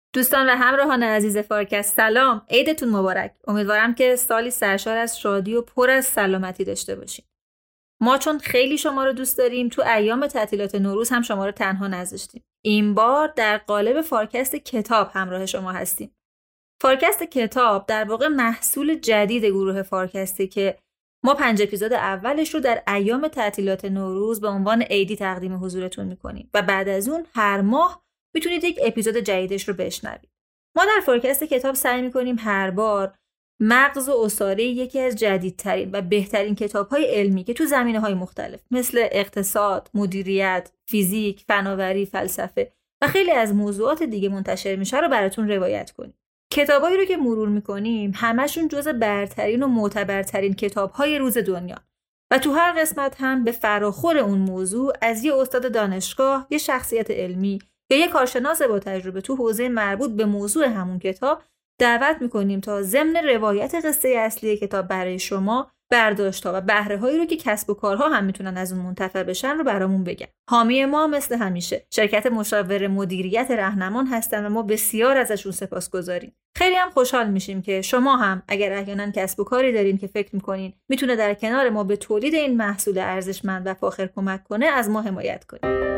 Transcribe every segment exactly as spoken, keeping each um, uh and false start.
دوستان و همراهان عزیز فارکست، سلام، عیدتون مبارک. امیدوارم که سالی سرشار از شادی و پر از سلامتی داشته باشین. ما چون خیلی شما رو دوست داریم، تو ایام تعطیلات نوروز هم شما رو تنها نذاشتیم. این بار در قالب فارکست کتاب همراه شما هستیم. فارکست کتاب در واقع محصول جدید گروه فارکستی که ما پنج اپیزود اولش رو در ایام تعطیلات نوروز به عنوان عیدی تقدیم حضورتون میکنیم و بعد از اون هر ماه میتونید یک اپیزود جدیدش رو بشنوید. ما در فارکست کتاب سعی میکنیم هر بار مغز و عصاره یکی از جدیدترین و بهترین کتاب‌های علمی که تو زمینه‌های مختلف مثل اقتصاد، مدیریت، فیزیک، فناوری، فلسفه و خیلی از موضوعات دیگه منتشر میشه رو براتون روایت کنیم. کتابایی رو که مرور میکنیم همشون جز برترین و معتبرترین کتاب‌های روز دنیا و تو هر قسمت هم به فراخور اون موضوع از یه استاد دانشگاه، یه شخصیت علمی یا یه کارشناس با تجربه تو حوزه مربوط به موضوع همون کتاب دعوت میکنیم تا ضمن روایت قصه اصلی کتاب برای شما برداشت‌ها و بهره‌هایی رو که کسب و کارها هم میتونن از اون منتفع بشن رو برامون بگن. حامی ما مثل همیشه شرکت مشاور مدیریت رهنمان هستن و ما بسیار ازشون سپاسگزاریم. خیلی هم خوشحال میشیم که شما هم اگر احیانا کسب و کاری دارین که فکر میکنین میتونه در کنار ما به تولید این محصول ارزشمند و فاخر کمک کنه، از ما حمایت کنید.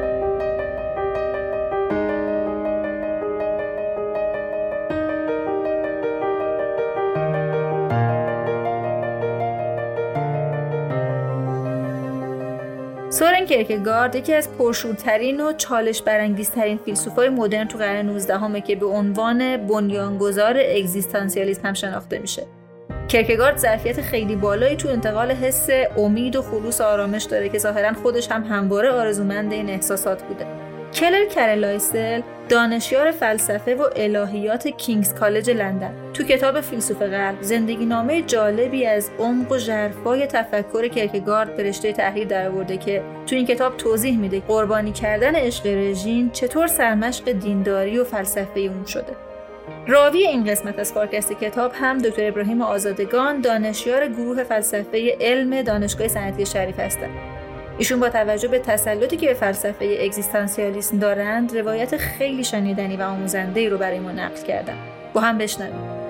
سورن کیرکگارد یکی از پرشورترین و چالش برانگیزترین فیلسوفای مدرن تو قرن نوزدهم که به عنوان بنیانگذار اگزیستانسیالیسم هم شناخته میشه. کیرکگارد ظرفیت خیلی بالایی تو انتقال حس امید و خلوص آرامش داره که ظاهرا خودش هم همواره آرزومند این احساسات بوده. کلر کارلایسل دانشیار فلسفه و الهیات کینگز کالج لندن تو کتاب فیلسوف قلب زندگی نامه جالبی از عمق و ژرفای تفکر کیرکگارد به رشته تحریر درآورده که تو این کتاب توضیح میده قربانی کردن عشق رژین چطور سرمشق دینداری و فلسفه اون شده. راوی این قسمت از فارکست کتاب هم دکتر ابراهیم آزادگان، دانشیار گروه فلسفه علم دانشگاه صنعتی شریف هستند. ایشون با توجه به تسلطی که به فلسفه اگزیستانسیالیسم دارند روایت خیلی شنیدنی و آموزنده‌ای رو برای ما نقل کردن. با هم بشنویم.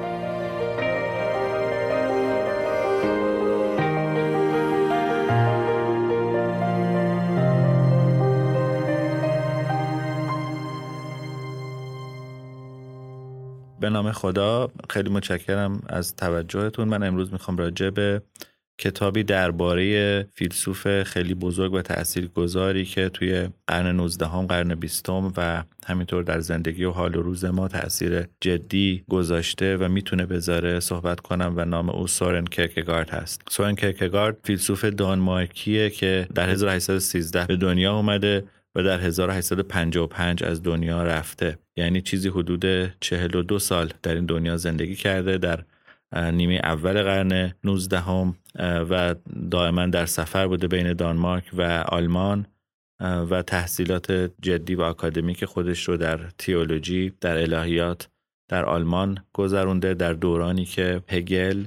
به نام خدا، خیلی متشکرم از توجهتون. من امروز میخوام راجع به کتابی درباره فیلسوف خیلی بزرگ و تاثیرگذاری که توی قرن نوزدهم، قرن بیستم و همینطور در زندگی و حال و روز ما تأثیر جدی گذاشته و میتونه بذاره صحبت کنم و نام او سورن کیرکگارد هست. سورن کیرکگارد فیلسوف دانمارکیه که در هزار و هشتصد و سیزده به دنیا اومده و در هزار و هشتصد و پنجاه و پنج از دنیا رفته. یعنی چیزی حدود چهل و دو سال در این دنیا زندگی کرده، در نیمه اول قرن نوزدهم و دائما در سفر بوده بین دانمارک و آلمان و تحصیلات جدی و آکادمیک خودش رو در تئولوژی، در الهیات در آلمان گذرونده، در دورانی که هگل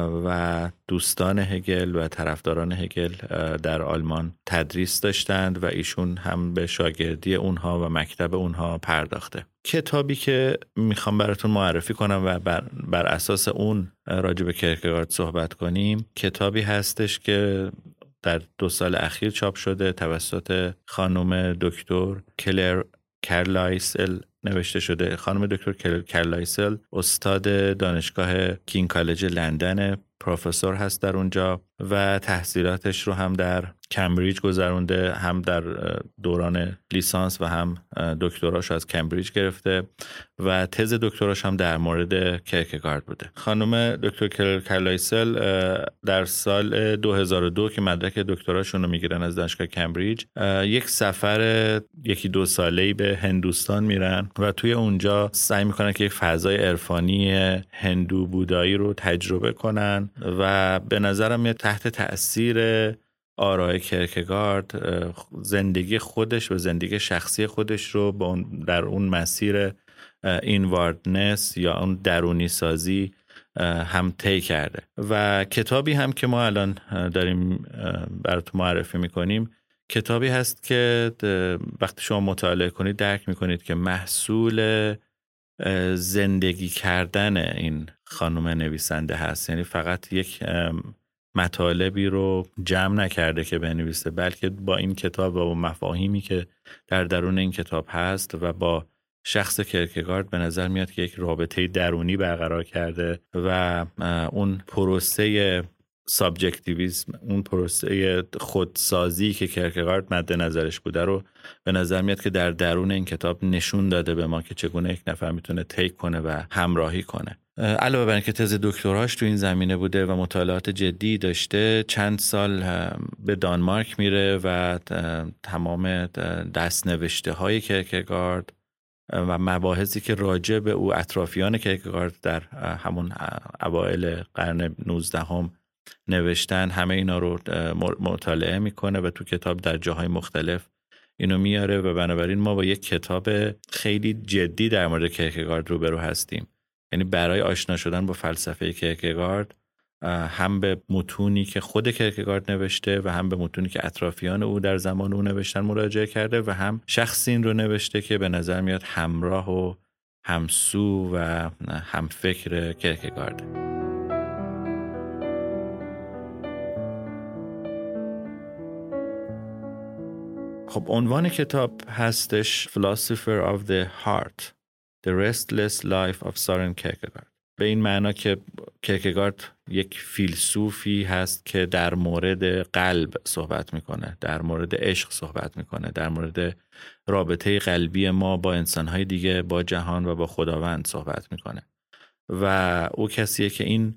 و دوستان هگل و طرفداران هگل در آلمان تدریس داشتند و ایشون هم به شاگردی اونها و مکتب اونها پرداخته. کتابی که میخوام براتون معرفی کنم و بر, بر اساس اون راجع به کیرکگارد صحبت کنیم، کتابی هستش که در دو سال اخیر چاپ شده توسط خانم دکتر کلر کارلایسل نوشته شده. خانم دکتر کلر کارلایسل استاد دانشگاه کینگ کالج لندن، پروفسور هست در اونجا و تحصیلاتش رو هم در کمبریج گذرونده، هم در دوران لیسانس و هم دکتراش از کمبریج گرفته و تز دکتراش هم در مورد کیرکگارد بوده. خانم دکتر کلر کارلایسل در سال دو هزار و دو که مدرک دکتراشون رو میگیرن از دانشگاه کمبریج، یک سفر یکی دو ساله‌ای به هندوستان میرن و توی اونجا سعی میکنن که یک فضای عرفانی هندو بودایی رو تجربه کنن و به نظرم میاد تحت تأثیر آرای کیرکگارد زندگی خودش و زندگی شخصی خودش رو در اون مسیر اینواردنس یا اون درونی سازی هم طی کرده و کتابی هم که ما الان داریم براتون معرفی میکنیم کتابی هست که وقتی شما مطالعه کنید درک میکنید که محصول زندگی کردن این خانم نویسنده هست. یعنی فقط یک مطالبی رو جمع نکرده که بنویسه، بلکه با این کتاب و با مفاهیمی که در درون این کتاب هست و با شخص کرکگارد به نظر میاد که یک رابطه درونی برقرار کرده و اون پروسه سابجکتیویسم، اون پروسه خودسازی که کرکگارد مد نظرش بوده رو به نظر میاد که در درون این کتاب نشون داده به ما که چگونه یک نفر میتونه تیک کنه و همراهی کنه. علاوه بر اینکه تز دکتراش تو این زمینه بوده و مطالعات جدی داشته، چند سال به دانمارک میره و تمام دست‌نوشته های کرکگارد و مباحثی که راجع به او اطرافیان کرکگارد در همون اوایل قرن نوزدهم نوشتن، همه اینا رو مطالعه میکنه و تو کتاب در جاهای مختلف اینو میاره و بنابراین ما با یک کتاب خیلی جدی در مورد کرکگارد روبرو هستیم. یعنی برای آشنا شدن با فلسفه کرکگارد هم به متونی که خود کرکگارد نوشته و هم به متونی که اطرافیان او در زمان او نوشتن مراجعه کرده و هم شخصی این رو نوشته که به نظر میاد همراه و همسو و همفکر کرکگارد. خب عنوان کتاب هستش Philosopher of the Heart The Restless Life of Søren Kierkegaard. به این معنا که کرکگارد یک فیلسوفی هست که در مورد قلب صحبت میکنه، در مورد عشق صحبت میکنه، در مورد رابطه قلبی ما با انسانهای دیگه، با جهان و با خداوند صحبت میکنه و او کسیه که این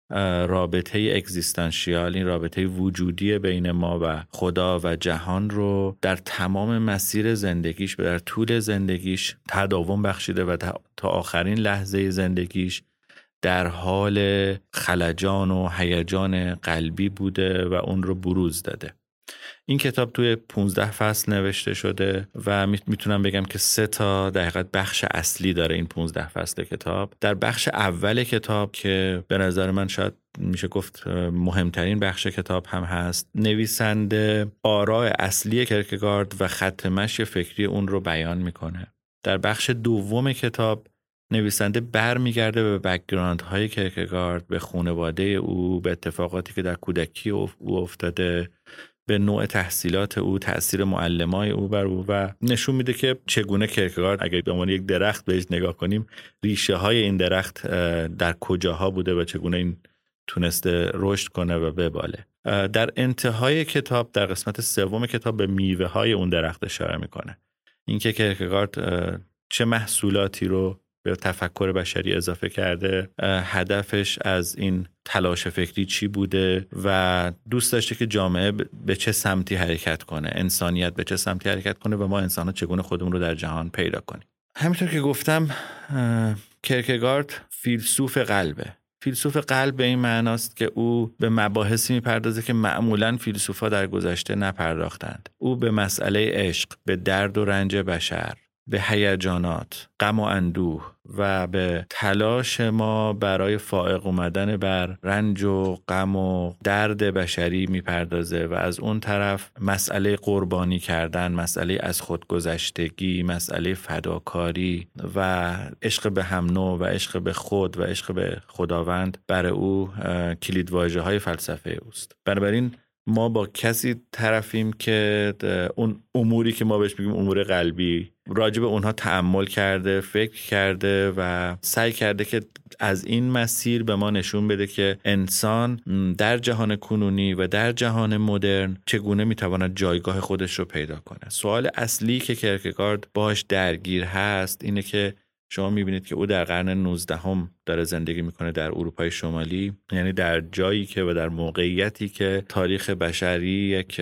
رابطه اگزیستانشیال، این رابطه وجودی بین ما و خدا و جهان رو در تمام مسیر زندگیش، در طول زندگیش تداوم بخشیده و تا آخرین لحظه زندگیش در حال خلجان و هیجان قلبی بوده و اون رو بروز داده. این کتاب توی پونزده فصل نوشته شده و میتونم بگم که سه تا در حقیقت بخش اصلی داره این پونزده فصل کتاب. در بخش اول کتاب که به نظر من شاید میشه گفت مهمترین بخش کتاب هم هست، نویسنده آراء اصلی کرکگارد و خط مشی فکری اون رو بیان میکنه. در بخش دوم کتاب نویسنده برمیگرده به بک‌گراند های کرکگارد، به خانواده او، به اتفاقاتی که در کودکی او افتاده، به نوع تحصیلات او، تأثیر معلمای او بر او و نشون میده که چگونه کرکگارد اگر به عنوان یک درخت بهش نگاه کنیم، ریشه های این درخت در کجاها بوده و چگونه این تونسته رشد کنه و بباله. در انتهای کتاب، در قسمت سوم کتاب، به میوه های اون درخت اشاره میکنه. اینکه کرکگارد چه محصولاتی رو به تفکر بشری اضافه کرده، هدفش از این تلاش فکری چی بوده و دوست داشته که جامعه به چه سمتی حرکت کنه، انسانیت به چه سمتی حرکت کنه و ما انسان‌ها چگونه خودمون رو در جهان پیدا کنیم. همینطور که گفتم، کرکگارد فیلسوف قلبه. فیلسوف قلب به این معناست که او به مباحثی میپردازه که معمولاً فیلسوفا در گذشته نپرداختند. او به مسئله عشق، به درد و رنج بشر، به هیجانات، غم و اندوه و به تلاش ما برای فائق اومدن بر رنج و غم و درد بشری میپردازه و از اون طرف مسئله قربانی کردن، مسئله از خودگذشتگی، مسئله فداکاری و عشق به هم نوع و عشق به خود و عشق به خداوند برای او کلیدواژه های فلسفه اوست. بنابراین ما با کسی طرفیم که اون اموری که ما بهش میگیم امور قلبی، راجع به اونها تأمل کرده، فکر کرده و سعی کرده که از این مسیر به ما نشون بده که انسان در جهان کنونی و در جهان مدرن چگونه میتواند جایگاه خودش رو پیدا کنه. سوال اصلی که کرکگارد باش درگیر هست اینه که شما میبینید که او در قرن نوزدهم داره زندگی میکنه در اروپای شمالی، یعنی در جایی که و در موقعیتی که تاریخ بشری یک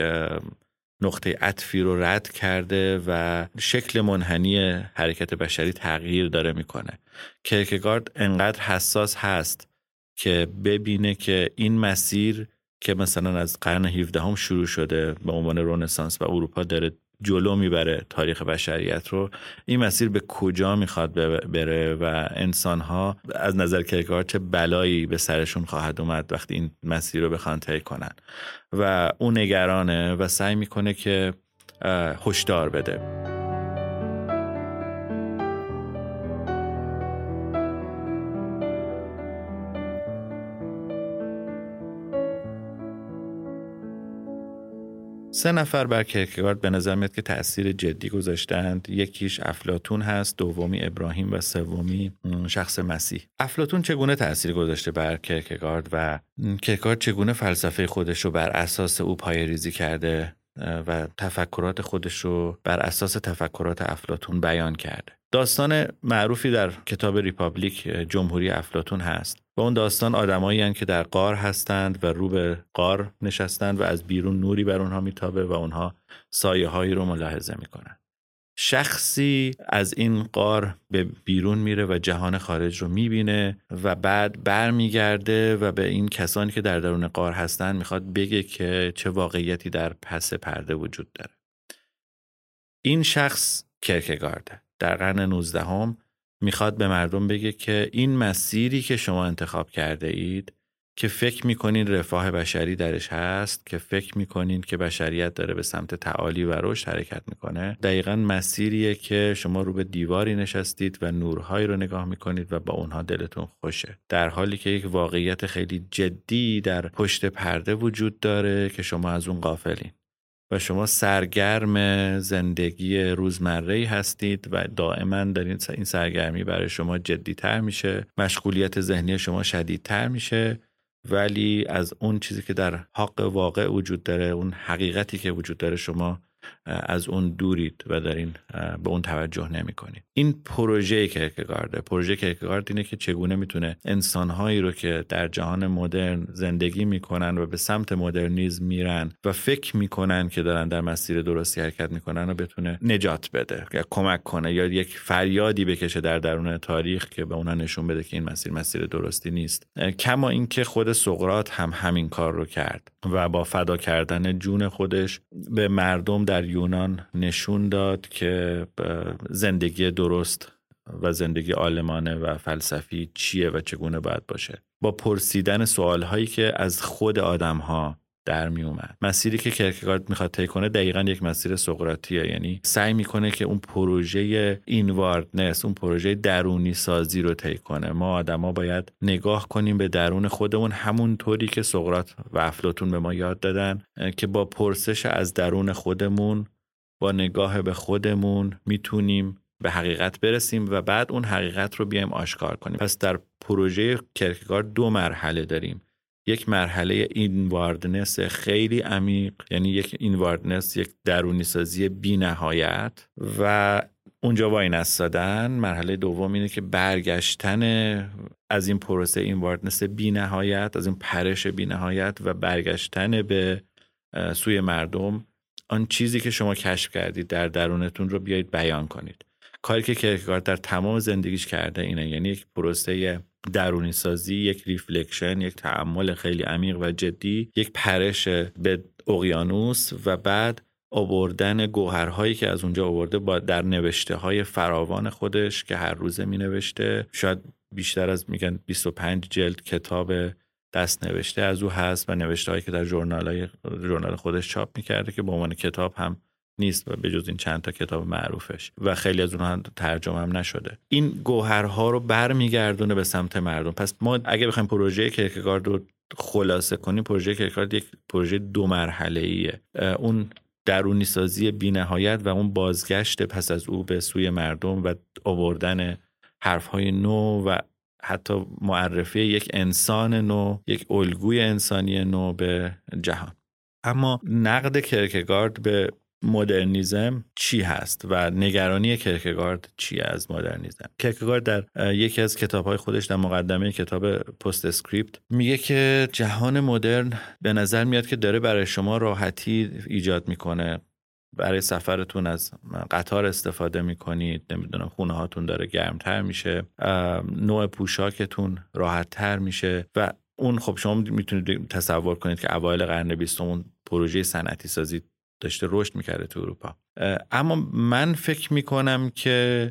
نقطه عطفی رو رد کرده و شکل منحنی حرکت بشری تغییر داره میکنه. کرکگارد انقدر حساس هست که ببینه که این مسیر که مثلا از قرن هفدهم شروع شده به عنوان رنسانس و اروپا داره جلو میبره تاریخ بشریت رو، این مسیر به کجا میخواد بره و انسانها از نظر کرکگارد چه بلایی به سرشون خواهد اومد وقتی این مسیر رو بخوان طی کنن و اون نگرانه و سعی میکنه که هشدار بده. سه نفر بر کیرکگارد به نظر میاد که تأثیر جدی گذاشتند. یکیش افلاطون هست، دومی ابراهیم و سومی شخص مسیح. افلاطون چگونه تأثیر گذاشته بر کیرکگارد و کیرکگارد چگونه فلسفه خودش رو بر اساس او پایه‌ریزی کرده و تفکرات خودش رو بر اساس تفکرات افلاطون بیان کرده. داستان معروفی در کتاب ریپابلیک جمهوری افلاطون هست و اون داستان آدمایی هستند که در غار هستند و رو به غار نشستند و از بیرون نوری بر اونها میتابه و اونها سایه هایی رو ملاحظه میکنن. شخصی از این غار به بیرون میره و جهان خارج رو میبینه و بعد برمیگرده و به این کسانی که در درون غار هستن میخواد بگه که چه واقعیتی در پس پرده وجود داره. این شخص کیرکگارده. در قرن نوزدهم میخواد به مردم بگه که این مسیری که شما انتخاب کرده اید که فکر میکنین رفاه بشری درش هست، که فکر میکنین که بشریت داره به سمت تعالی و رشد حرکت میکنه، دقیقاً مسیریه که شما رو به دیواری نشستید و نورهایی رو نگاه میکنید و با اونها دلتون خوشه، در حالی که یک واقعیت خیلی جدی در پشت پرده وجود داره که شما از اون غافلین و شما سرگرم زندگی روزمره‌ای هستید و دائما دارین این سرگرمی برای شما جدی‌تر میشه، مشغولیت ذهنی شما شدیدتر میشه، ولی از اون چیزی که در حق واقع وجود داره، اون حقیقتی که وجود داره، شما از اون دورید و دارین به اون توجه نمی کنید. این پروژه کیرکگارده. پروژه کیرکگارد اینه که چگونه میتونه انسانهایی رو که در جهان مدرن زندگی میکنن و به سمت مدرنیسم میرن و فکر میکنن که دارن در مسیر درستی حرکت میکنن و بتونه نجات بده یا کمک کنه یا یک فریادی بکشه در درون تاریخ که به اونا نشون بده که این مسیر مسیر درستی نیست. کما اینکه خود سقراط هم همین کار رو کرد و با فدا کردن جون خودش به مردم در یونان نشون داد که زندگی درست و زندگی عالمانه و فلسفی چیه و چگونه باید باشه، با پرسیدن سوالهایی که از خود آدم‌ها در می اومد. مسیری که کیرکگارد میخواد طی کنه دقیقاً یک مسیر سقراطیه، یعنی سعی میکنه که اون پروژه اینواردنس، اون پروژه درونی سازی رو طی کنه. ما آدما باید نگاه کنیم به درون خودمون، همون طوری که سقراط و افلاطون به ما یاد دادن که با پرسش از درون خودمون، با نگاه به خودمون میتونیم به حقیقت برسیم و بعد اون حقیقت رو بیایم آشکار کنیم. پس در پروژه کیرکگارد دو مرحله داریم. یک مرحله اینواردنس خیلی عمیق، یعنی یک اینواردنس، یک درونی سازی بی نهایت و اونجا وای نستادن. مرحله دوم اینه که برگشتن از این پروسه اینواردنس بی نهایت، از این پرش بی نهایت و برگشتن به سوی مردم، آن چیزی که شما کشف کردید در درونتون رو بیایید بیان کنید. کاری که کیرکگارد در تمام زندگیش کرده اینه، یعنی یک پروسه درونی سازی، یک ریفلکشن، یک تأمل خیلی عمیق و جدی، یک پرش به اقیانوس و بعد آوردن گوهرهایی که از اونجا آورده با در نوشته های فراوان خودش که هر روزه می نوشته. شاید بیشتر از میگن بیست و پنج جلد کتاب دست نوشته از او هست و نوشته هایی که در ژورنال ژورنال خودش چاپ میکرده که به عنوان کتاب هم نیست و به جز این چند تا کتاب معروفش و خیلی از اونها ترجمه هم نشده. این گوهرها رو برمیگردونه به سمت مردم. پس ما اگه بخوایم پروژه کیرکگارد رو خلاصه کنیم، پروژه کیرکگارد یک پروژه دو مرحله‌ایه. اون درونی سازی بی‌نهایت و اون بازگشت پس از او به سوی مردم و آوردن حرف‌های نو و حتی معرفی یک انسان نو، یک الگوی انسانی نو به جهان. اما نقد کیرکگارد به مدرنیسم چی هست و نگرانی کیرکگارد چیه از مدرنیسم؟ کیرکگارد در یکی از کتاب‌های خودش در مقدمه کتاب پست اسکریپت میگه که جهان مدرن به نظر میاد که داره برای شما راحتی ایجاد میکنه. برای سفرتون از قطار استفاده میکنید، نمیدونم خونه هاتون داره گرمتر میشه، نوع پوشاکتون راحت تر میشه و اون خب شما میتونید تصور کنید که اوایل قرن بیستم اون پروژه صنعتی سازی داشته رشد میکرده تو اروپا. اما من فکر میکنم که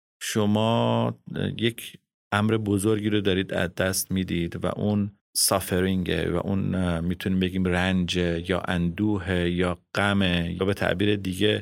شما یک امر بزرگی رو دارید از دست میدید و اون سافرینگه و اون میتونیم بگیم رنج یا اندوه یا غم یا به تعبیر دیگه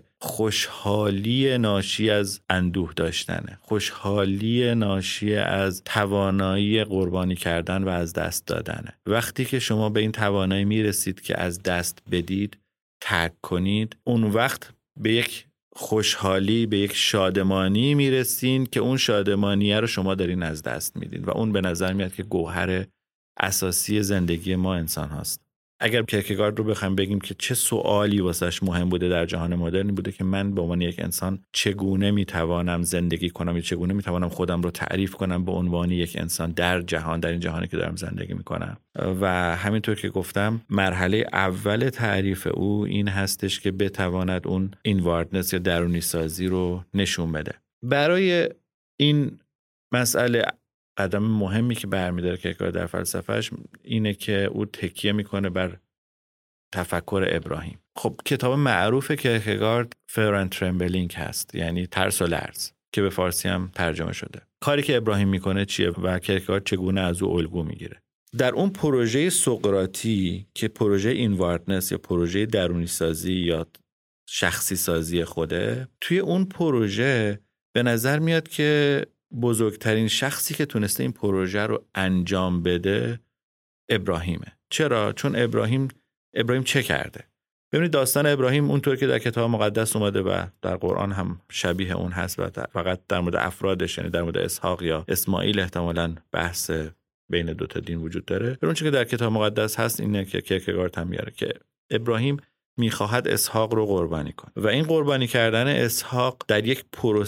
خوشحالی ناشی از اندوه داشتنه، خوشحالی ناشی از توانایی قربانی کردن و از دست دادنه. وقتی که شما به این توانایی میرسید که از دست بدید، ترک کنید، اون وقت به یک خوشحالی، به یک شادمانی میرسین که اون شادمانیه رو شما دارین از دست میدین و اون به نظر میاد که گوهر اساسی زندگی ما انسان هاست. اگر کیرکگارد رو بخوایم بگیم که چه سوالی واسش مهم بوده در جهان مدرن، بوده که من به عنوان یک انسان چگونه میتوانم زندگی کنم، یا چگونه میتوانم خودم رو تعریف کنم به عنوان یک انسان در جهان، در این جهانی که دارم زندگی میکنم. و همینطور که گفتم مرحله اول تعریف او این هستش که بتواند اون اینواردنس یا درونی سازی رو نشون بده. برای این مسئله قدم مهمی که برمی‌داره کیرکگارد در فلسفهش اینه که او تکیه میکنه بر تفکر ابراهیم. خب کتاب معروف کیرکگارد فیر اند ترمبلینگ هست، یعنی ترس و لرز، که به فارسی هم ترجمه شده. کاری که ابراهیم میکنه چیه و کیرکگارد چگونه از او الگو میگیره. در اون پروژه سقراطی که پروژه اینواردنس یا پروژه درونی سازی یا شخصی سازی خوده، توی اون پروژه به نظر میاد که بزرگترین شخصی که تونسته این پروژه رو انجام بده ابراهیمه. چرا؟ چون ابراهیم ابراهیم چه کرده؟ ببینید داستان ابراهیم اونطور که در کتاب مقدس اومده و در قرآن هم شبیه اون هست و فقط در مورد افرادش، یعنی در مورد اسحاق یا اسماعیل احتمالاً بحث بین دو تا دین وجود داره. اون چیزی که در کتاب مقدس هست اینه که کیرکگارد هم میاره که ابراهیم میخواهد اسحاق رو قربانی کنه و این قربانی کردن اسحاق در یک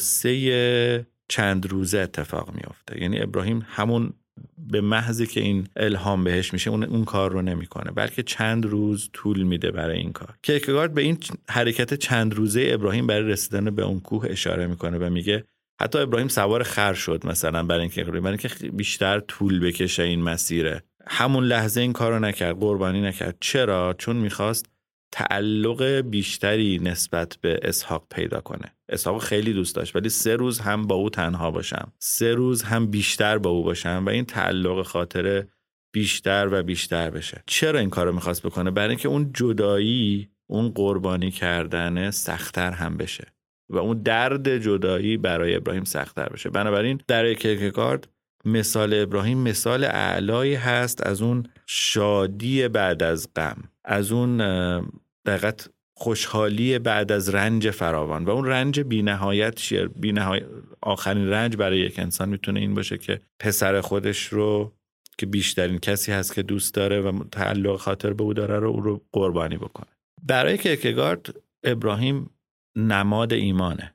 پروسه چند روزه اتفاق میفته. یعنی ابراهیم همون به محضی که این الهام بهش میشه اون اون کار رو نمیکنه، بلکه چند روز طول میده برای این کار. کیرکگارد به این حرکت چند روزه ابراهیم برای رسیدن به اون کوه اشاره میکنه و میگه حتی ابراهیم سوار خر شد مثلا برای اینکه برای اینکه بیشتر طول بکشه این مسیره. همون لحظه این کارو نکرد، قربانی نکرد. چرا؟ چون میخواست تعلق بیشتری نسبت به اسحاق پیدا کنه. اسحاق خیلی دوست داشت ولی سه روز هم با او تنها باشم، سه روز هم بیشتر با او باشم و این تعلق خاطره بیشتر و بیشتر بشه. چرا این کارو میخواست بکنه؟ برای اینکه اون جدایی، اون قربانی کردن سخت‌تر هم بشه و اون درد جدایی برای ابراهیم سخت‌تر بشه. بنابراین در کیرکگارد مثال ابراهیم مثال اعلایی هست از اون شادی بعد از غم، از اون دقیقاً خوشحالی بعد از رنج فراوان. و اون رنج بی نهایت چیه؟ بی نهایت آخرین رنج برای یک انسان میتونه این باشه که پسر خودش رو که بیشترین کسی هست که دوست داره و تعلق خاطر به او داره رو او رو قربانی بکنه. برای کیرکگارد ابراهیم نماد ایمانه،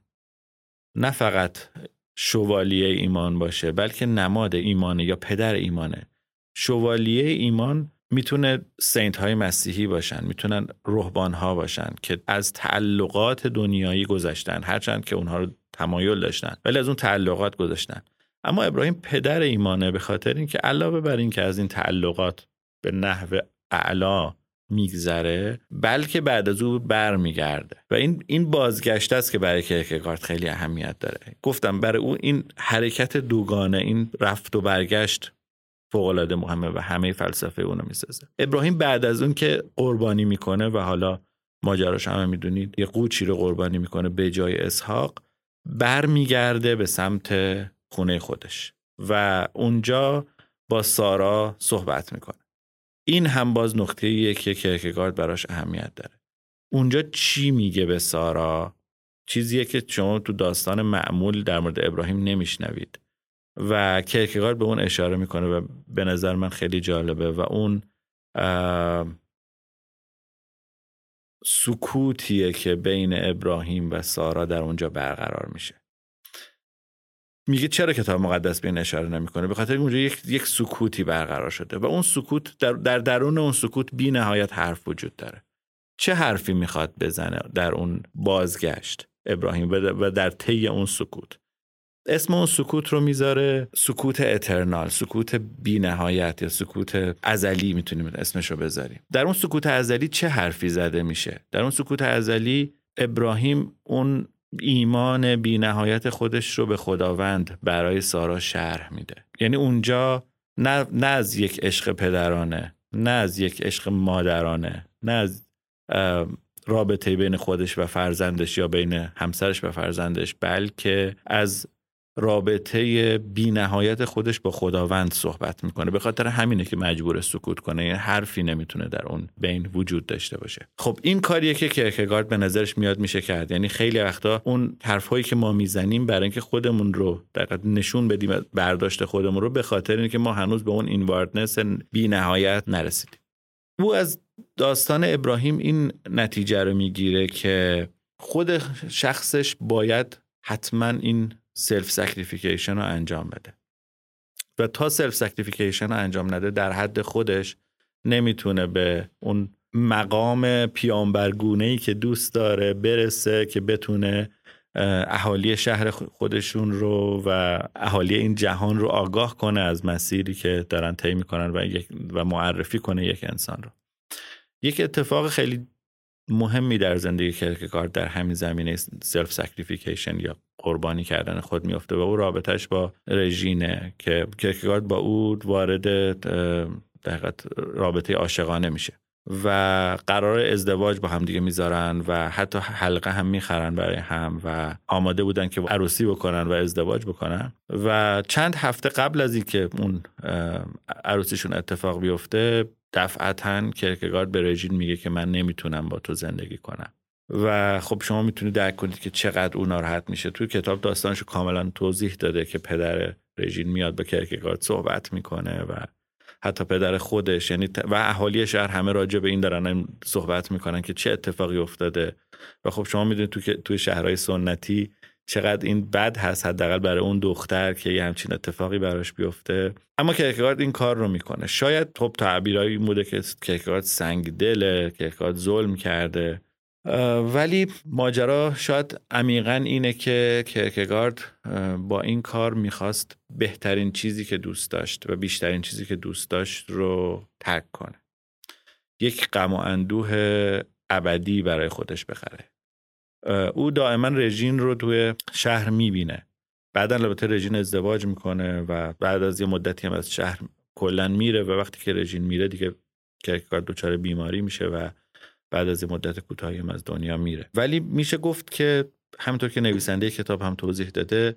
نه فقط شوالیه ایمان باشه بلکه نماد ایمانه یا پدر ایمانه. شوالیه ایمان میتونه سنت های مسیحی باشن، میتونن رهبان ها باشن که از تعلقات دنیایی گذشتن، هرچند که اونها رو تمایل داشتن ولی از اون تعلقات گذشتن. اما ابراهیم پدر ایمانه به خاطر اینکه علاوه بر این که از این تعلقات به نحو اعلا میگذره بلکه بعد از او برمیگرده و این این بازگشت است که برای کیرکگارد خیلی اهمیت داره. گفتم برای او این حرکت دوگانه، این رفت و برگشت فوق‌العاده مهمه و همه فلسفه اونو میسازه. ابراهیم بعد از اون که قربانی میکنه و حالا ماجراش هم میدونید یه قوچی رو قربانی میکنه به جای اسحاق، برمیگرده به سمت خونه خودش و اونجا با سارا صحبت میکنه. این هم باز نکته‌ایه که کیرکگارد براش اهمیت داره. اونجا چی میگه به سارا؟ چیزیه که شما تو داستان معمول در مورد ابراهیم نمیشنوید و کیرکگارد به اون اشاره میکنه و به نظر من خیلی جالبه و اون سکوتیه که بین ابراهیم و سارا در اونجا برقرار میشه. میگه چرا کتاب مقدس به این اشاره نمیکنه؟ به خاطر اونجا یک یک سکوتی برقرار شده و اون سکوت در, در درون اون سکوت بی نهایت حرف وجود داره. چه حرفی میخواد بزنه در اون بازگشت ابراهیم و در طی اون سکوت؟ اسم اون سکوت رو میذاره سکوت اترنال، سکوت بی نهایت یا سکوت ازلی میتونیم اسمش رو بذاریم. در اون سکوت ازلی چه حرفی زده میشه؟ در اون سکوت ازلی ابراهیم اون ایمان بی نهایت خودش رو به خداوند برای سارا شرح میده. یعنی اونجا نه, نه از یک عشق پدرانه، نه از یک عشق مادرانه، نه از رابطه بین خودش و فرزندش یا بین همسرش و فرزندش، بلکه از رابطه بی نهایت خودش با خداوند صحبت میکنه. به خاطر همینه که مجبور سکوت کنه، یعنی حرفی نمیتونه در اون بین وجود داشته باشه. خب این کاریه که کیرکگارد به نظرش میاد میشه کرد. یعنی خیلی وقتا اون حرفایی که ما میزنیم برای اینکه خودمون رو در حقیقت نشون بدیم، برداشت خودمون رو، به خاطر اینکه ما هنوز به اون اینواردنس بی نهایت نرسیدیم. او از داستان ابراهیم این نتیجه رو میگیره که خود شخصش باید حتما این سلف سکریفیکیشن رو انجام بده و تا سلف سکریفیکیشن رو انجام نده در حد خودش نمیتونه به اون مقام پیامبرگونه‌ای که دوست داره برسه که بتونه اهالی شهر خودشون رو و اهالی این جهان رو آگاه کنه از مسیری که دارن طی میکنن و, یک و معرفی کنه یک انسان رو. یک اتفاق خیلی مهمی در زندگی کیرکگارد در همین زمینه سلف سکریفیکیشن یا قربانی کردن خود میفته و او رابطش با رژینه که کیرکگارد با او وارد در حقیقت رابطه عاشقانه میشه و قرار ازدواج با هم دیگه میذارن و حتی حلقه هم میخرن برای هم و آماده بودن که عروسی بکنن و ازدواج بکنن و چند هفته قبل از اینکه اون عروسیشون اتفاق بیفته دفعتاً کیرکگارد به رژین میگه که من نمیتونم با تو زندگی کنم و خب شما میتونید درک کنید که چقدر اون ناراحت میشه. توی کتاب داستانشو کاملا توضیح داده که پدر رژین میاد با کیرکگارد صحبت میکنه و حتی پدر خودش یعنی و اهالی شهر همه راجع به این دارن صحبت میکنن که چه اتفاقی افتاده و خب شما میدونید توی توی شهرهای سنتی چقدر این بد هست حداقل برای اون دختر که یه همچین اتفاقی براش بیفته. اما کیرکگارد این کار رو میکنه. شاید خب تعبیرایی بوده که کیرکگارد سنگ دله، کیرکگارد ظلم کرده، ولی ماجرا شاید عمیقاً اینه که کیرکگارد با این کار میخواست بهترین چیزی که دوست داشت و بیشترین چیزی که دوست داشت رو ترک کنه. یک غم و اندوه ابدی برای خودش بخره. او دائما رژین رو توی شهر میبینه. بعداً البته رژین ازدواج میکنه و بعد از یه مدتی هم از شهر کلاً میره و وقتی که رژین میره دیگه کیرکگارد دچار بیماری میشه و بعد از یه مدت کوتاهی هم از دنیا میره. ولی میشه گفت که همونطور که نویسنده کتاب هم توضیح داده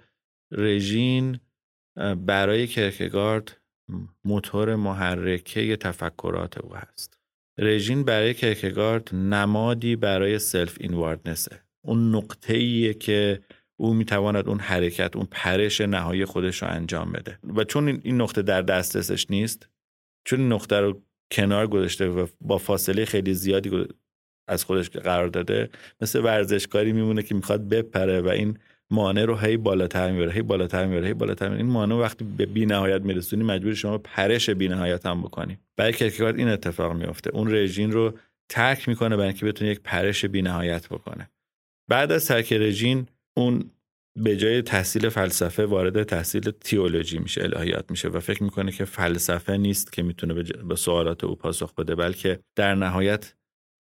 رژین برای کیرکگارد موتور محرکه تفکرات او هست. رژین برای کیرکگارد نمادی برای سلف اینواردنسه. اون نقطه‌ایه که او میتواند اون حرکت، اون پرش نهایی خودش رو انجام بده و چون این نقطه در دسترسش نیست، چون این نقطه رو کنار گذاشته و با فاصله خیلی زیادی از خودش قرار داده، مثل ورزشکاری میمونه که میخواد بپره و این مانع رو هی بالاتر میبره هی بالاتر میبره هی بالاتر میبره. این مانع وقتی به بی‌نهایت میرسونی مجبوری شما پرش بی‌نهایت هم بکنی. برای کیرکگارد این اتفاق میفته. اون رژین رو ترک میکنه برای اینکه بتونه یک پرش بی‌نهایت بکنه. بعد از ترک رژین اون به جای تحصیل فلسفه وارد تحصیل تئولوژی میشه، الهیات میشه و فکر میکنه که فلسفه نیست که میتونه به سوالات او پاسخ بده، بلکه در نهایت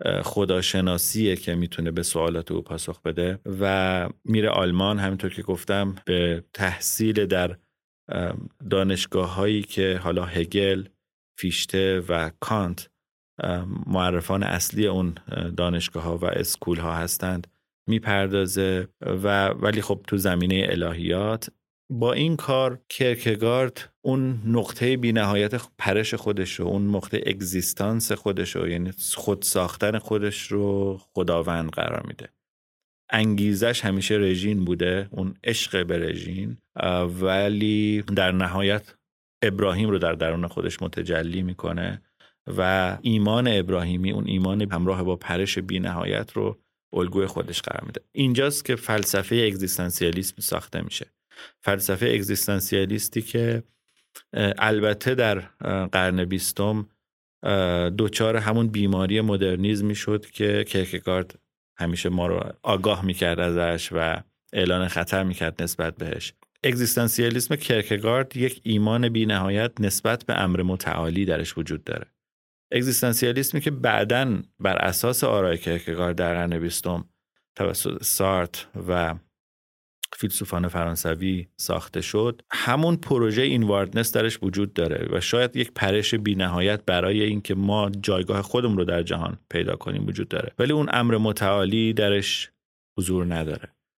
خداشناسیه که میتونه به سوالات او پاسخ بده و میره آلمان. همینطور که گفتم به تحصیل در دانشگاه هایی که حالا هگل، فیشته و کانت معرفان اصلی اون دانشگاه ها و اسکول ها هستند میپردازه و ولی خب تو زمینه الهیات. با این کار کیرکگارد اون نقطه بی نهایت پرش خودش رو، اون نقطه اگزیستانس خودش رو، یعنی خود ساختن خودش رو خداوند قرار میده. انگیزش همیشه رژین بوده، اون عشق به رژین، ولی در نهایت ابراهیم رو در درون خودش متجلی میکنه و ایمان ابراهیمی، اون ایمان همراه با پرش بی نهایت رو الگوی خودش قرار میده. اینجاست که فلسفه اگزیستانسیالیسم ساخته میشه. فلسفه اگزیستانسیالیستی که البته در قرن بیستم دوچار همون بیماری مدرنیسم میشد که کیرکگارد همیشه ما رو آگاه میکرد ازش و اعلان خطر میکرد نسبت بهش. اگزیستانسیالیسم کیرکگارد یک ایمان بی نهایت نسبت به امر متعالی درش وجود داره. اگزیستانسیالیسمی که بعداً بر اساس آرای کیرکگارد در قرن بیستم توسط سارتر و فیلسوفان فرانسوی ساخته شد، همون پروژه اینواردنس درش وجود داره و شاید یک پرش بی نهایت برای اینکه ما جایگاه خودمون رو در جهان پیدا کنیم وجود داره، ولی اون امر متعالی درش حضور نداره.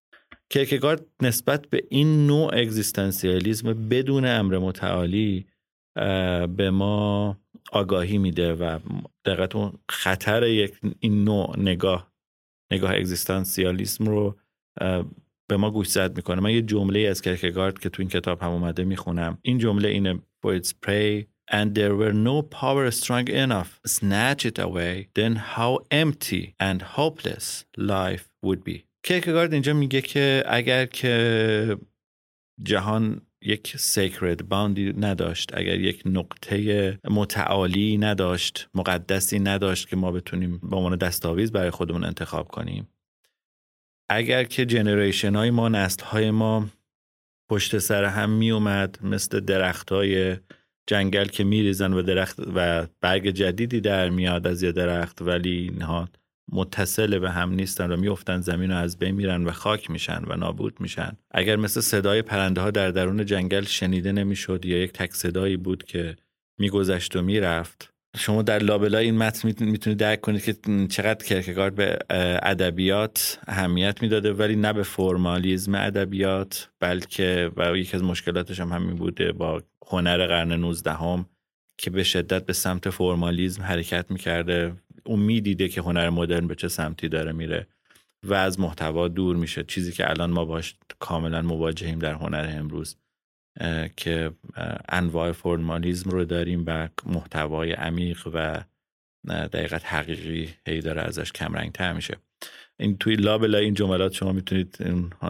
کیرکگارد نسبت به این نوع اگزیستانسیالیسم بدون امر متعالی به ما آگاهی میده و دقیقاً اون خطر یک این نوع نگاه نگاه اگزیستانسیالیسم رو به ما گوشزد میکنه. من یه جمله از کیرکگارد که تو این کتاب هم اومده میخونم. این جمله اینه: For its prey and there were no power strong enough snatch it away then how empty and hopeless life would be. کیرکگارد اینجا میگه که اگر که جهان یک sacred باندی نداشت، اگر یک نقطه متعالی نداشت، مقدسی نداشت که ما بتونیم به عنوان دستاویز برای خودمون انتخاب کنیم، اگر که جنریشن های ما، نسل های ما پشت سر هم می اومد مثل درخت های جنگل که می ریزن و درخت و برگ جدیدی در میاد از یه درخت، ولی اینها متصل به هم نیستن و می افتن زمین رو از بین میرن و خاک میشن و نابود میشن. اگر مثل صدای پرنده ها در درون جنگل شنیده نمیشد یا یک تک صدایی بود که میگذشت و میرفت، شما در لابلای این متن میتونید درک کنید که چقدر کیرکگارد به ادبیات اهمیت میداده، ولی نه به فرمالیسم ادبیات، بلکه و یکی از مشکلاتش هم همین بوده با هنر قرن نوزدهم که به شدت به سمت فرمالیسم حرکت میکرده. اون میدیده که هنر مدرن به چه سمتی داره میره و از محتوا دور میشه، چیزی که الان ما باش کاملا مواجهیم در هنر امروز که انواع فرمالیسم رو داریم و محتوای عمیق و دقیقاً حقیقی هی داره ازش کمرنگ تر میشه. این توی لابلای این جملات شما میتونید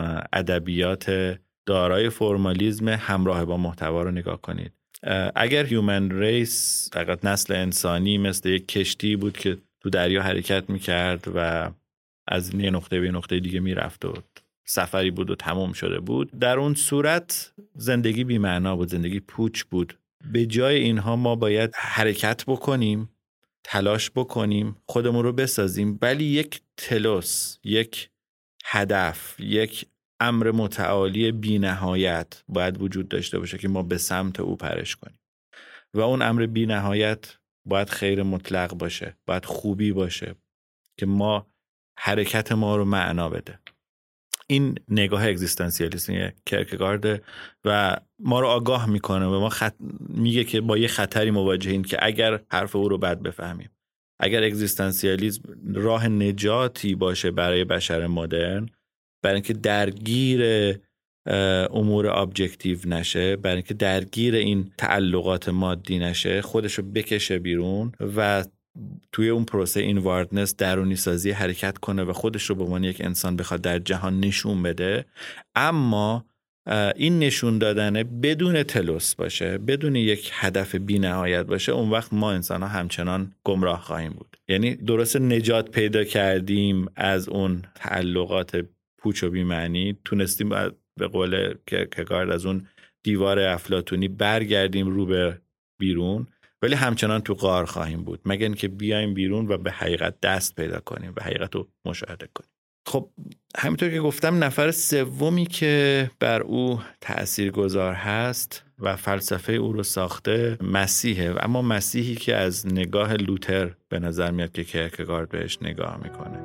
ادبیات دارای فرمالیسم همراه با محتوا رو نگاه کنید. اگر هیومن ریس، فقط نسل انسانی، مثل یک کشتی بود که تو دریا حرکت میکرد و از یه نقطه به نقطه دیگه میرفت و سفری بود و تمام شده بود، در اون صورت زندگی بی معنا بود، زندگی پوچ بود. به جای اینها ما باید حرکت بکنیم، تلاش بکنیم، خودمون رو بسازیم، ولی یک تلوس، یک هدف، یک امر متعالی بی نهایت باید وجود داشته باشه که ما به سمت او پرش کنیم و اون امر بی نهایت باید خیر مطلق باشه، باید خوبی باشه که ما حرکت ما رو معنا بده. این نگاه اگزیستانسیالیسم کیرکگارد و ما رو آگاه میکنه و ما خط... میگه که با یه خطری مواجهیم که اگر حرف او رو بد بفهمیم، اگر اگزیستانسیالیسم راه نجاتی باشه برای بشر مدرن، برای اینکه درگیر امور ابجکتیو نشه، برای اینکه درگیر این تعلقات مادی نشه، خودشو بکشه بیرون و توی اون پروسه اینواردنس، درونی سازی حرکت کنه و خودش رو به عنوان یک انسان بخواد در جهان نشون بده، اما این نشون دادنه بدون تلوس باشه، بدون یک هدف بی نهایت باشه، اون وقت ما انسان ها همچنان گمراه خواهیم بود. یعنی درست نجات پیدا کردیم از اون تعلقات پوچ و بی معنی، تونستیم به قول کیرکگارد از اون دیوار افلاطونی برگردیم رو به بیرون، ولی همچنان تو غار خواهیم بود مگر اینکه بیایم بیرون و به حقیقت دست پیدا کنیم و حقیقت رو مشاهده کنیم. خب همینطور که گفتم، نفر سومی که بر او تأثیرگذار هست و فلسفه او رو ساخته مسیحه، اما مسیحی که از نگاه لوتر به نظر میاد که کیرکگارد بهش نگاه میکنه.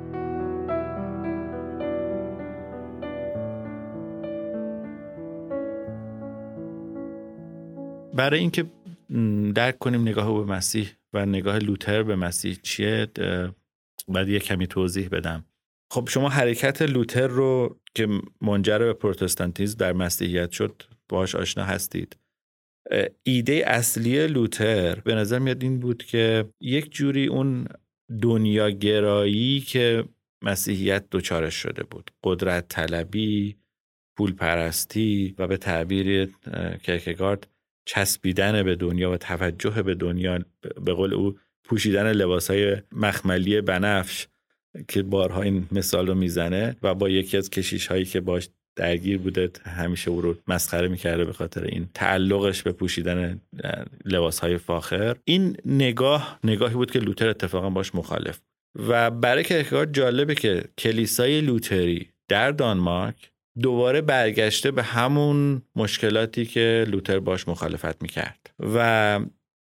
برای اینکه درک کنیم نگاه او به مسیح و نگاه لوتر به مسیح چیه، باید یه کمی توضیح بدم. خب شما حرکت لوتر رو که منجر به پروتستانتیسم در مسیحیت شد باهاش آشنا هستید. ایده اصلی لوتر به نظر میاد این بود که یک جوری اون دنیاگرایی که مسیحیت دوچارش شده بود، قدرت طلبی، پول پرستی و به تعبیر کیرکگارد چسبیدن به دنیا و توجه به دنیا، به قول او پوشیدن لباسهای مخملی بنفش که بارها این مثال رو میزنه و با یکی از کشیش هایی که باش درگیر بوده همیشه او رو مسخره میکرده به خاطر این تعلقش به پوشیدن لباسهای فاخر. این نگاه نگاهی بود که لوتر اتفاقا باش مخالف و برای کیرکگارد جالبه که کلیسای لوتری در دانمارک دوباره برگشته به همون مشکلاتی که لوتر باش مخالفت میکرد و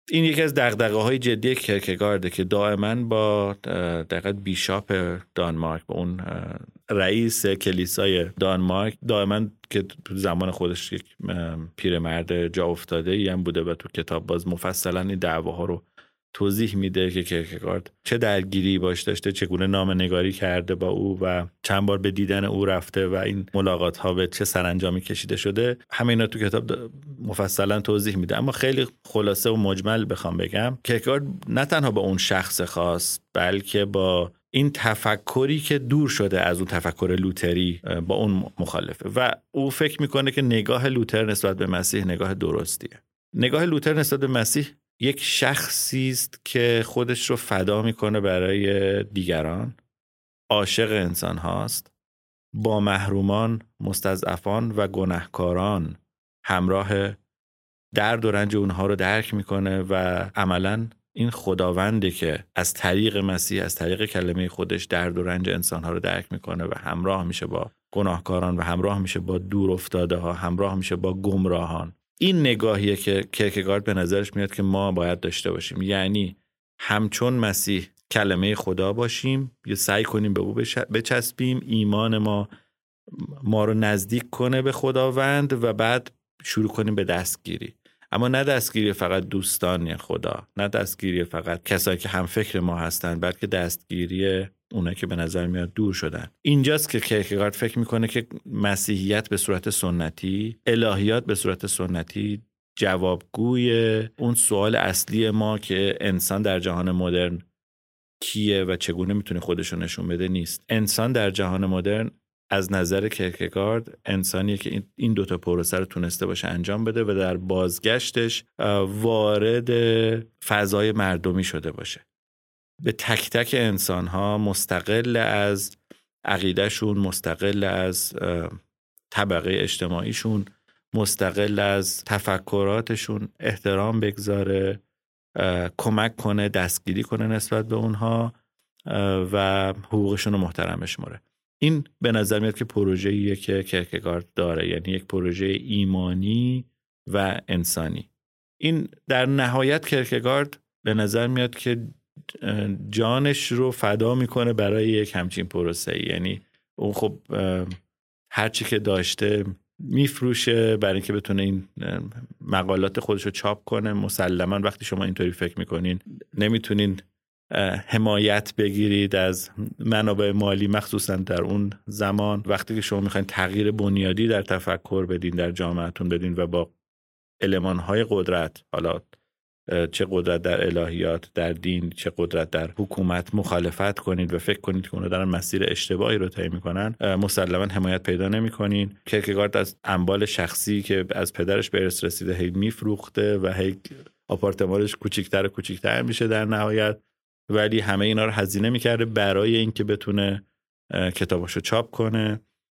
این یکی از دغدغه‌های جدی کرکگارده که دائما با دقیقاً بیشاپ دانمارک، با اون رئیس کلیسای دانمارک، دائما که تو زمان خودش یک پیرمرد جا افتاده ای هم بوده و تو کتاب باز مفصلا این دعواها رو توضیح میده که کرکگارد چه درگیری باش داشته، چگونه نامه‌نگاری کرده با او و چند بار به دیدن او رفته و این ملاقات ها به چه سرانجامی کشیده شده. همه اینا تو کتاب مفصلا توضیح میده. اما خیلی خلاصه و مجمل بخوام بگم، کرکگارد نه تنها با اون شخص خاص بلکه با این تفکری که دور شده از اون تفکر لوتری با اون مخالفه و او فکر میکنه که نگاه لوتر نسبت به مسیح نگاه درستیه. نگاه لوتر نسبت به مسیح یک شخصی است که خودش رو فدا میکنه برای دیگران، عاشق انسان هاست، با محرومان، مستضعفان و گناهکاران همراه درد و رنج اونها رو درک میکنه و عملاً این خداونده که از طریق مسیح، از طریق کلمه خودش درد و رنج انسانها رو درک میکنه و همراه میشه با گناهکاران و همراه میشه با دور افتاده ها، همراه میشه با گمراهان. این نگاهیه که کرکگارد به نظرش میاد که ما باید داشته باشیم، یعنی همچون مسیح کلمه خدا باشیم، یا سعی کنیم به او بچسبیم، ایمان ما ما رو نزدیک کنه به خداوند و بعد شروع کنیم به دستگیری. اما نه دستگیری فقط دوستان خدا، نه دستگیری فقط کسایی که هم فکر ما هستن، بلکه دستگیری اونایی که به نظر میاد دور شدن. اینجاست که کرکگارد فکر میکنه که مسیحیت به صورت سنتی، الهیات به صورت سنتی جوابگوی اون سوال اصلی ما که انسان در جهان مدرن کیه و چگونه میتونه خودشو نشون بده نیست. انسان در جهان مدرن از نظر کرکگارد انسانیه که این دوتا پروسه رو تونسته باشه انجام بده و در بازگشتش وارد فضای مردمی شده باشه. به تک تک انسان‌ها مستقل از عقیدهشون، مستقل از طبقه اجتماعیشون، مستقل از تفکراتشون احترام بگذاره، کمک کنه، دستگیری کنه نسبت به اونها و حقوقشون رو محترم بشماره. این به نظر میاد که پروژه‌ایه که کرکگارد داره، یعنی یک پروژه ایمانی و انسانی. این در نهایت کرکگارد به نظر میاد که جانش رو فدا میکنه برای یک همچین پروسه‌ای. یعنی اون خب هرچی که داشته میفروشه برای اینکه بتونه این مقالات خودش رو چاپ کنه. مسلماً وقتی شما اینطوری فکر میکنین نمیتونین حمایت بگیرید از منابع مالی، مخصوصا در اون زمان وقتی که شما میخواین تغییر بنیادی در تفکر بدین، در جامعهتون بدین و با المان‌های قدرت، حالا چه قدرت در الهیات، در دین، چه قدرت در حکومت مخالفت کنید و فکر کنید که اونا دارن مسیر اشتباهی رو طی میکنن، مسلماً حمایت پیدا نمیکنین. کرکگارد از اموال شخصی که از پدرش به ارث رسیده هی میفروخته و هی آپارتمانش کوچیک‌تر و کوچیک‌تر میشه در نهایت، ولی همه اینا رو هزینه میکرده برای اینکه بتونه کتاباشو چاپ کنه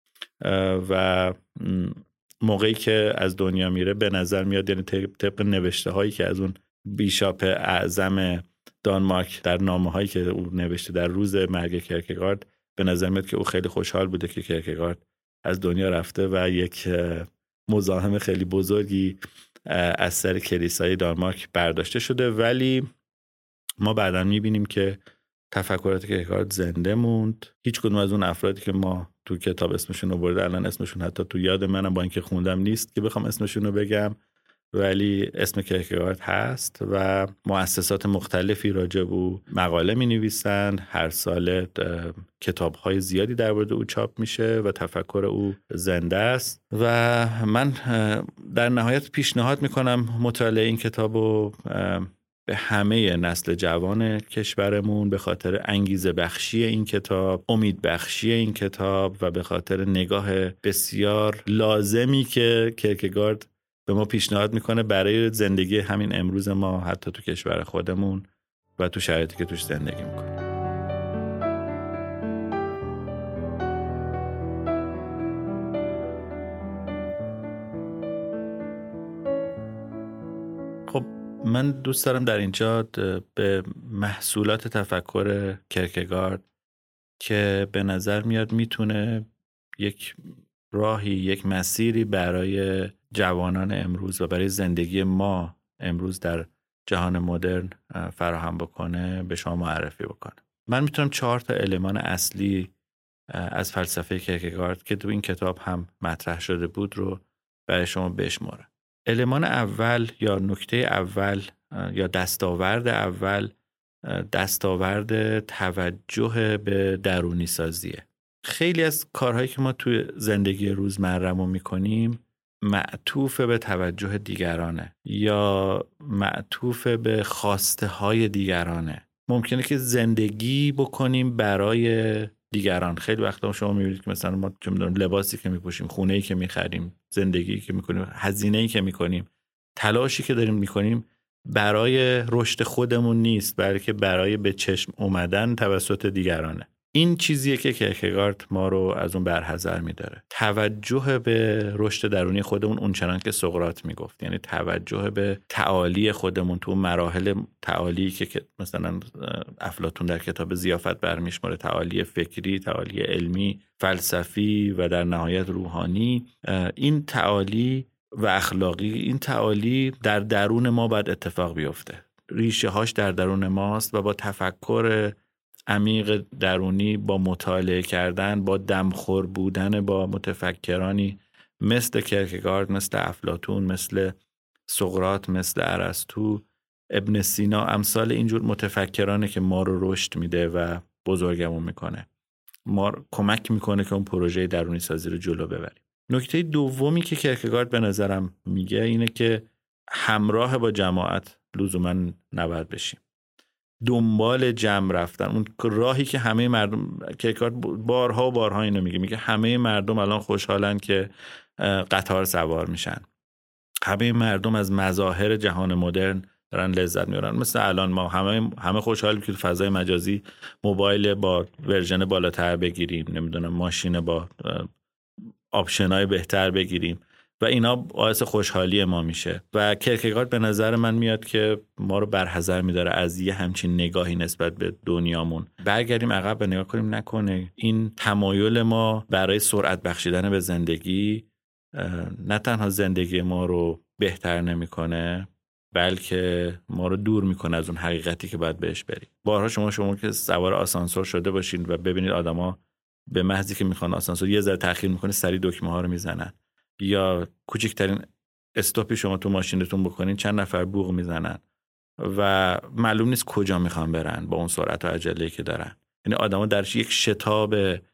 و موقعی که از دنیا میره به نظر میاد، یعنی طبق نوشته هایی که از اون بیشاپ اعظم دانمارک در نامه هایی که او نوشته در روز مرگ کرکگارد، به نظر میاد که او خیلی خوشحال بوده که کرکگارد از دنیا رفته و یک مزاحم خیلی بزرگی از سر کلیسای دانمارک برداشته شده. ولی ما بعداً میبینیم که تفکرات کرکگارد زنده موند. هیچ کدوم از اون افرادی که ما تو کتاب اسمشون رو برده، الان اسمشون حتی تو یاد منم با اینکه خوندم نیست که بخوام اسمشون رو بگم، ولی اسم کرکگارد هست و مؤسسات مختلفی راجع به او مقاله می نویسن. هر سال کتاب‌های زیادی در مورد او چاپ میشه و تفکر او زنده است و من در نهایت پیشنهاد میکنم مطالعه این کتابو به همه نسل جوان کشورمون، به خاطر انگیزه بخشی این کتاب، امید بخشی این کتاب و به خاطر نگاه بسیار لازمی که کرکگارد به ما پیشنهاد میکنه برای زندگی همین امروز ما، حتی تو کشور خودمون و تو شرایطی که توش زندگی میکنیم. خب من دوست دارم در اینجا به محصولات تفکر کرکگارد که به نظر میاد میتونه یک راهی، یک مسیری برای جوانان امروز و برای زندگی ما امروز در جهان مدرن فراهم بکنه به شما معرفی بکنه. من میتونم چهار تا المان اصلی از فلسفه کیرکگارد که تو این کتاب هم مطرح شده بود رو برای شما بشمارم. المان اول یا نکته اول یا دستاورد اول دستاورد توجه به درونی سازیه. خیلی از کارهایی که ما توی زندگی روزمره‌مون میکنیم معطوف به توجه دیگرانه یا معطوف به خواسته های دیگرانه. ممکنه که زندگی بکنیم برای دیگران. خیلی وقتا شما میبینید که مثلا ما چه می‌دونم لباسی که میپوشیم، خونه‌ای که میخریم، زندگی که میکنیم، هزینه‌ای که میکنیم، تلاشی که داریم میکنیم برای رشد خودمون نیست، بلکه برای به چشم اومدن توسط دیگرانه. این چیزیه که کیرکگارد ما رو از اون برحذر می‌داره. توجه به رشد درونی خودمون اونچنان که سقراط میگفت، یعنی توجه به تعالی خودمون تو مراحل تعالی که مثلا افلاطون در کتاب ضیافت برمیشماره، تعالی فکری، تعالی علمی، فلسفی و در نهایت روحانی. این تعالی و اخلاقی، این تعالی در درون ما باید اتفاق بیفته. ریشه هاش در درون ماست و با تفکر عمیق درونی، با مطالعه کردن، با دمخور بودن با متفکرانی مثل کیرکگارد، مثل افلاطون، مثل سقراط، مثل ارسطو، ابن سینا، امثال اینجور متفکرانه که ما رو رشد میده و بزرگمون میکنه، ما کمک میکنه که اون پروژه درونی سازی رو جلو ببریم. نکته دومی که کیرکگارد به نظرم میگه اینه که همراه با جماعت لزوما نباید بشیم. دنبال جمع رفتن، اون راهی که همه مردم، کیرکگارد بارها و بارها اینو میگه، میگه همه مردم الان خوشحالن که قطار سوار میشن، همه مردم از مظاهر جهان مدرن دارن لذت میبرن. مثل الان ما همه همه خوشحالیم که تو فضای مجازی موبایل با ورژن بالاتر بگیریم، نمیدونم ماشین با آپشنای بهتر بگیریم و اینا باعث خوشحالی ما میشه. و کیرکگارد به نظر من میاد که ما رو برحذر میداره از یه همچین نگاهی نسبت به دنیامون. برگردیم عقب و نگاه کنیم نکنه این تمایل ما برای سرعت بخشیدن به زندگی نه تنها زندگی ما رو بهتر نمیکنه، بلکه ما رو دور میکنه از اون حقیقتی که باید بهش بریم. بارها شما شما که سوار آسانسور شده باشین و ببینید آدما به محضی که میخوان آسانسور یه ذره تأخیر میکنه سری دکمه ها رو میزنن، یا کوچکترین استاپی شما تو ماشینتون بکنین چند نفر بوق میزنن و معلوم نیست کجا میخوان برن با اون سرعت و عجله‌ای که دارن. یعنی آدما در یک شتاب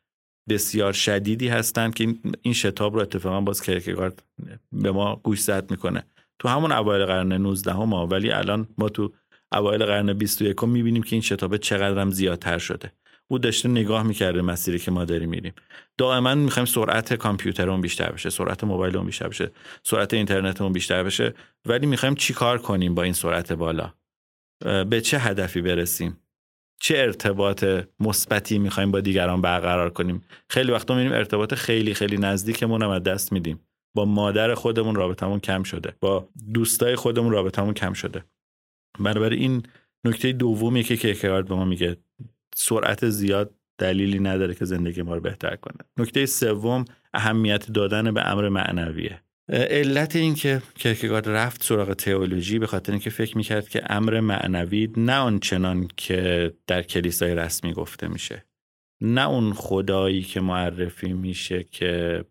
بسیار شدیدی هستن که این شتاب رو اتفاقا باز کیرکگارد به ما گوشزد میکنه تو همون اوایل قرن نوزدهم ما، ولی الان ما تو اوایل قرن بیست و یکم میبینیم که این شتاب چقدر هم زیادتر شده. او داشته نگاه میکرده مسیری که ما داریم میریم. دائما میخوایم سرعت کامپیوترمون بیشتر بشه، سرعت موبایلمون بیشتر بشه، سرعت اینترنتمون بیشتر بشه، ولی میخوایم چی کار کنیم با این سرعت بالا؟ به چه هدفی برسیم؟ چه ارتباط مثبتی میخوایم با دیگران برقرار کنیم؟ خیلی وقتا میبینیم ارتباط خیلی خیلی نزدیکمون هم از دست میدیم. با مادر خودمون رابطمون کم شده، با دوستای خودمون رابطمون کم شده. بنابراین این نکته دومی که کیرکگارد به ما میگه، سرعت زیاد دلیلی نداره که زندگی ما رو بهتر کنه. نکته سوم اهمیت دادن به امر معنویه. علت این که کیرکگارد رفت سراغ تئولوژی به خاطر اینکه فکر میکرد که امر معنوی نه آنچنان که در کلیسای رسمی گفته میشه، نه اون خدایی که معرفی میشه که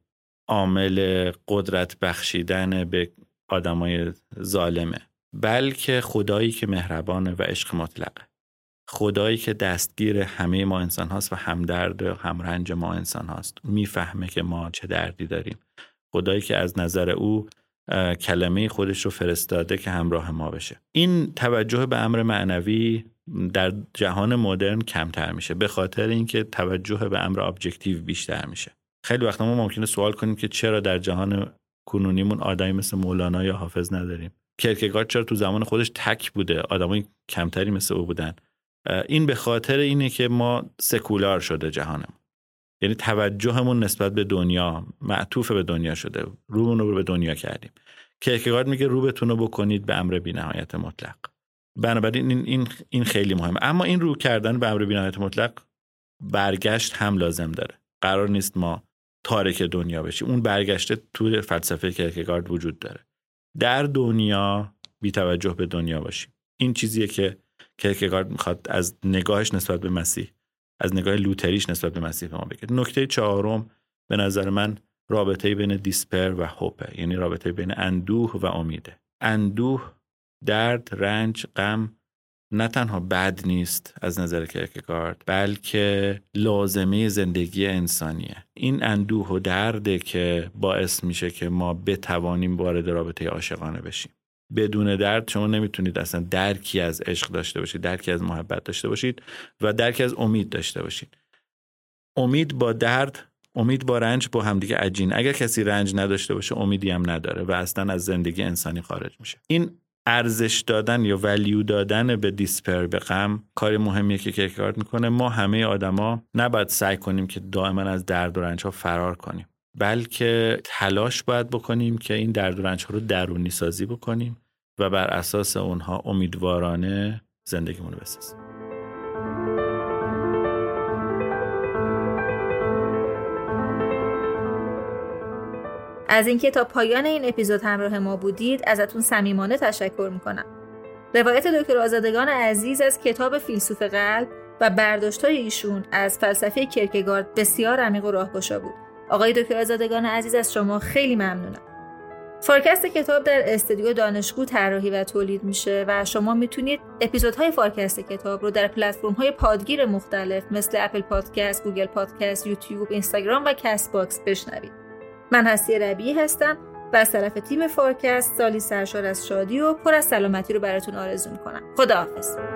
عامل قدرت بخشیدن به آدمای ظالمه، بلکه خدایی که مهربانه و عشق مطلقه، خدایی که دستگیر همه ما انسان هاست و همدرد و همرنج ما انسان هاست، میفهمه که ما چه دردی داریم، خدایی که از نظر او کلمه خودش رو فرستاده که همراه ما بشه. این توجه به امر معنوی در جهان مدرن کمتر میشه به خاطر اینکه توجه به امر ابجکتیو بیشتر میشه. خیلی وقتا ما ممکنه سوال کنیم که چرا در جهان کنونیمون آدمی مثل مولانا یا حافظ نداریم؟ کیرکگارد چرا تو زمان خودش تک بوده، آدمای کمتری مثل او بودن؟ این به خاطر اینه که ما سکولار شده جهانمون، یعنی توجهمون نسبت به دنیا معطوف به دنیا شده، رومون رو به دنیا کردیم. کیرکگارد میگه رو بتون رو بکنید به امر بی‌نهایت مطلق. بنابراین این این این خیلی مهمه. اما این رو کردن به امر بی‌نهایت مطلق برگشت هم لازم داره. قرار نیست ما تارک دنیا بشیم. اون برگشته تو فلسفه کیرکگارد وجود داره. در دنیا بی توجه به دنیا باشیم. این چیزیه که کیرکگارد میخواد از نگاهش نسبت به مسیح، از نگاه لوتریش نسبت به مسیح به ما بگه. نکته چهارم به نظر من رابطه بین دیسپر و هوپه، یعنی رابطه بین اندوه و امیده. اندوه، درد، رنج، غم نه تنها بد نیست از نظر کیرکگارد، بلکه لازمه زندگی انسانیه. این اندوه و درده که باعث میشه که ما بتوانیم وارد رابطه عاشقانه بشیم. بدون درد شما نمیتونید اصلا درکی از عشق داشته باشید، درکی از محبت داشته باشید و درکی از امید داشته باشید. امید با درد، امید با رنج با همدیگه عجین. اگر کسی رنج نداشته باشه امیدی هم نداره و اصلا از زندگی انسانی خارج میشه. این ارزش دادن یا ولیو دادن به دیسپر، به غم، کار مهمیه که کیرکگارد میکنه. ما همه آدما نباید سعی کنیم که دائما از درد و رنج ها فرار کنیم، بلکه تلاش باید بکنیم که این درد و رنج ها رو درونی سازی بکنیم و بر اساس اونها امیدوارانه زندگیمون رو بسازیم. از اینکه تا پایان این اپیزود همراه ما بودید ازتون صمیمانه تشکر میکنم. روایت دکتر آزادگان عزیز از کتاب فیلسوف قلب و برداشت‌های ایشون از فلسفه کیرکگارد بسیار عمیق و راهگشا بود. آقای دکتر آزادگان عزیز از شما خیلی ممنونم. فارکست کتاب در استودیو دانشگو طراحی و تولید میشه و شما میتونید اپیزودهای فارکست کتاب رو در پلتفرم‌های پادگیر مختلف مثل اپل پادکست، گوگل پادکست، یوتیوب، اینستاگرام و کست باکس بشنوید. من هستی ربیعی هستم و از طرف تیم فارکست سالی سرشار از شادی و پر از سلامتی رو براتون آرزو میکنم. خداحافظ.